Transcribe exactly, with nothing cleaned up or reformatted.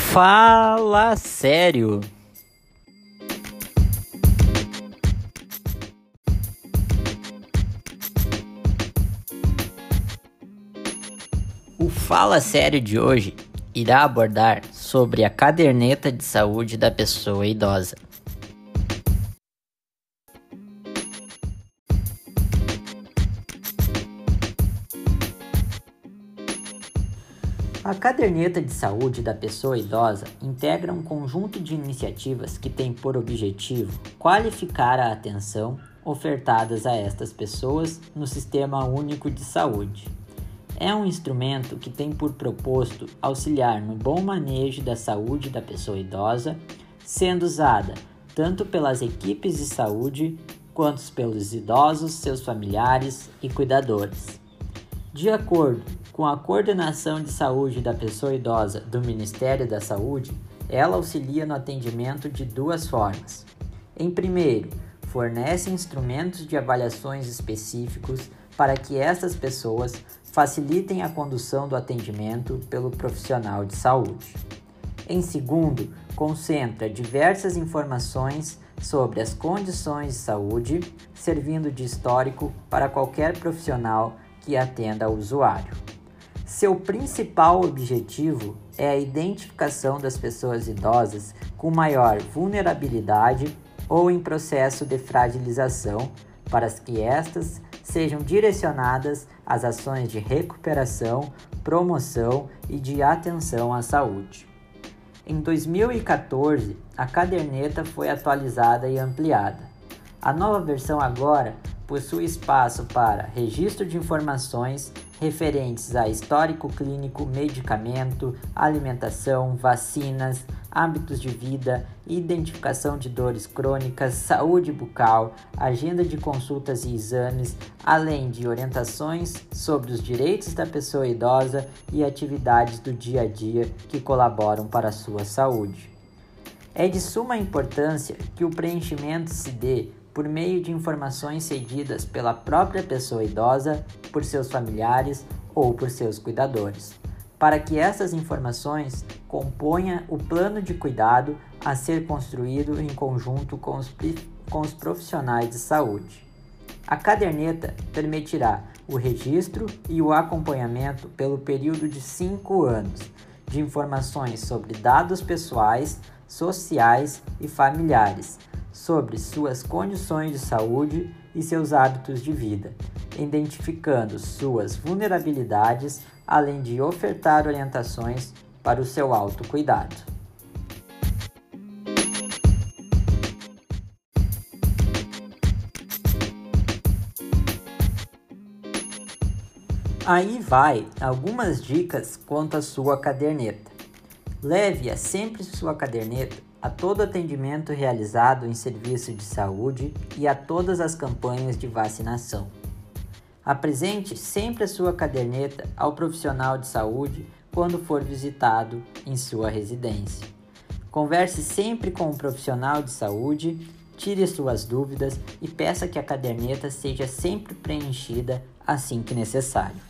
Fala sério! O Fala Sério de hoje irá abordar sobre a caderneta de saúde da pessoa idosa. A caderneta de saúde da pessoa idosa integra um conjunto de iniciativas que tem por objetivo qualificar a atenção ofertadas a estas pessoas no Sistema Único de Saúde. É um instrumento que tem por proposto auxiliar no bom manejo da saúde da pessoa idosa, sendo usada tanto pelas equipes de saúde quanto pelos idosos, seus familiares e cuidadores. De acordo com a Coordenação de Saúde da Pessoa Idosa do Ministério da Saúde, ela auxilia no atendimento de duas formas. Em primeiro, fornece instrumentos de avaliações específicos para que essas pessoas facilitem a condução do atendimento pelo profissional de saúde. Em segundo, concentra diversas informações sobre as condições de saúde, servindo de histórico para qualquer profissional que atenda ao usuário. Seu principal objetivo é a identificação das pessoas idosas com maior vulnerabilidade ou em processo de fragilização, para que estas sejam direcionadas às ações de recuperação, promoção e de atenção à saúde. Em dois mil e quatorze, a caderneta foi atualizada e ampliada. A nova versão agora possui espaço para registro de informações referentes a histórico clínico, medicamento, alimentação, vacinas, hábitos de vida, identificação de dores crônicas, saúde bucal, agenda de consultas e exames, além de orientações sobre os direitos da pessoa idosa e atividades do dia a dia que colaboram para a sua saúde. É de suma importância que o preenchimento se dê por meio de informações cedidas pela própria pessoa idosa, por seus familiares ou por seus cuidadores, para que essas informações componham o plano de cuidado a ser construído em conjunto com os, com os profissionais de saúde. A caderneta permitirá o registro e o acompanhamento pelo período de cinco anos de informações sobre dados pessoais, sociais e familiares, sobre suas condições de saúde e seus hábitos de vida, identificando suas vulnerabilidades, além de ofertar orientações para o seu autocuidado. Aí vai algumas dicas quanto à sua caderneta. Leve-a sempre sua caderneta a todo atendimento realizado em serviço de saúde e a todas as campanhas de vacinação. Apresente sempre a sua caderneta ao profissional de saúde quando for visitado em sua residência. Converse sempre com o profissional de saúde, tire suas dúvidas e peça que a caderneta seja sempre preenchida assim que necessário.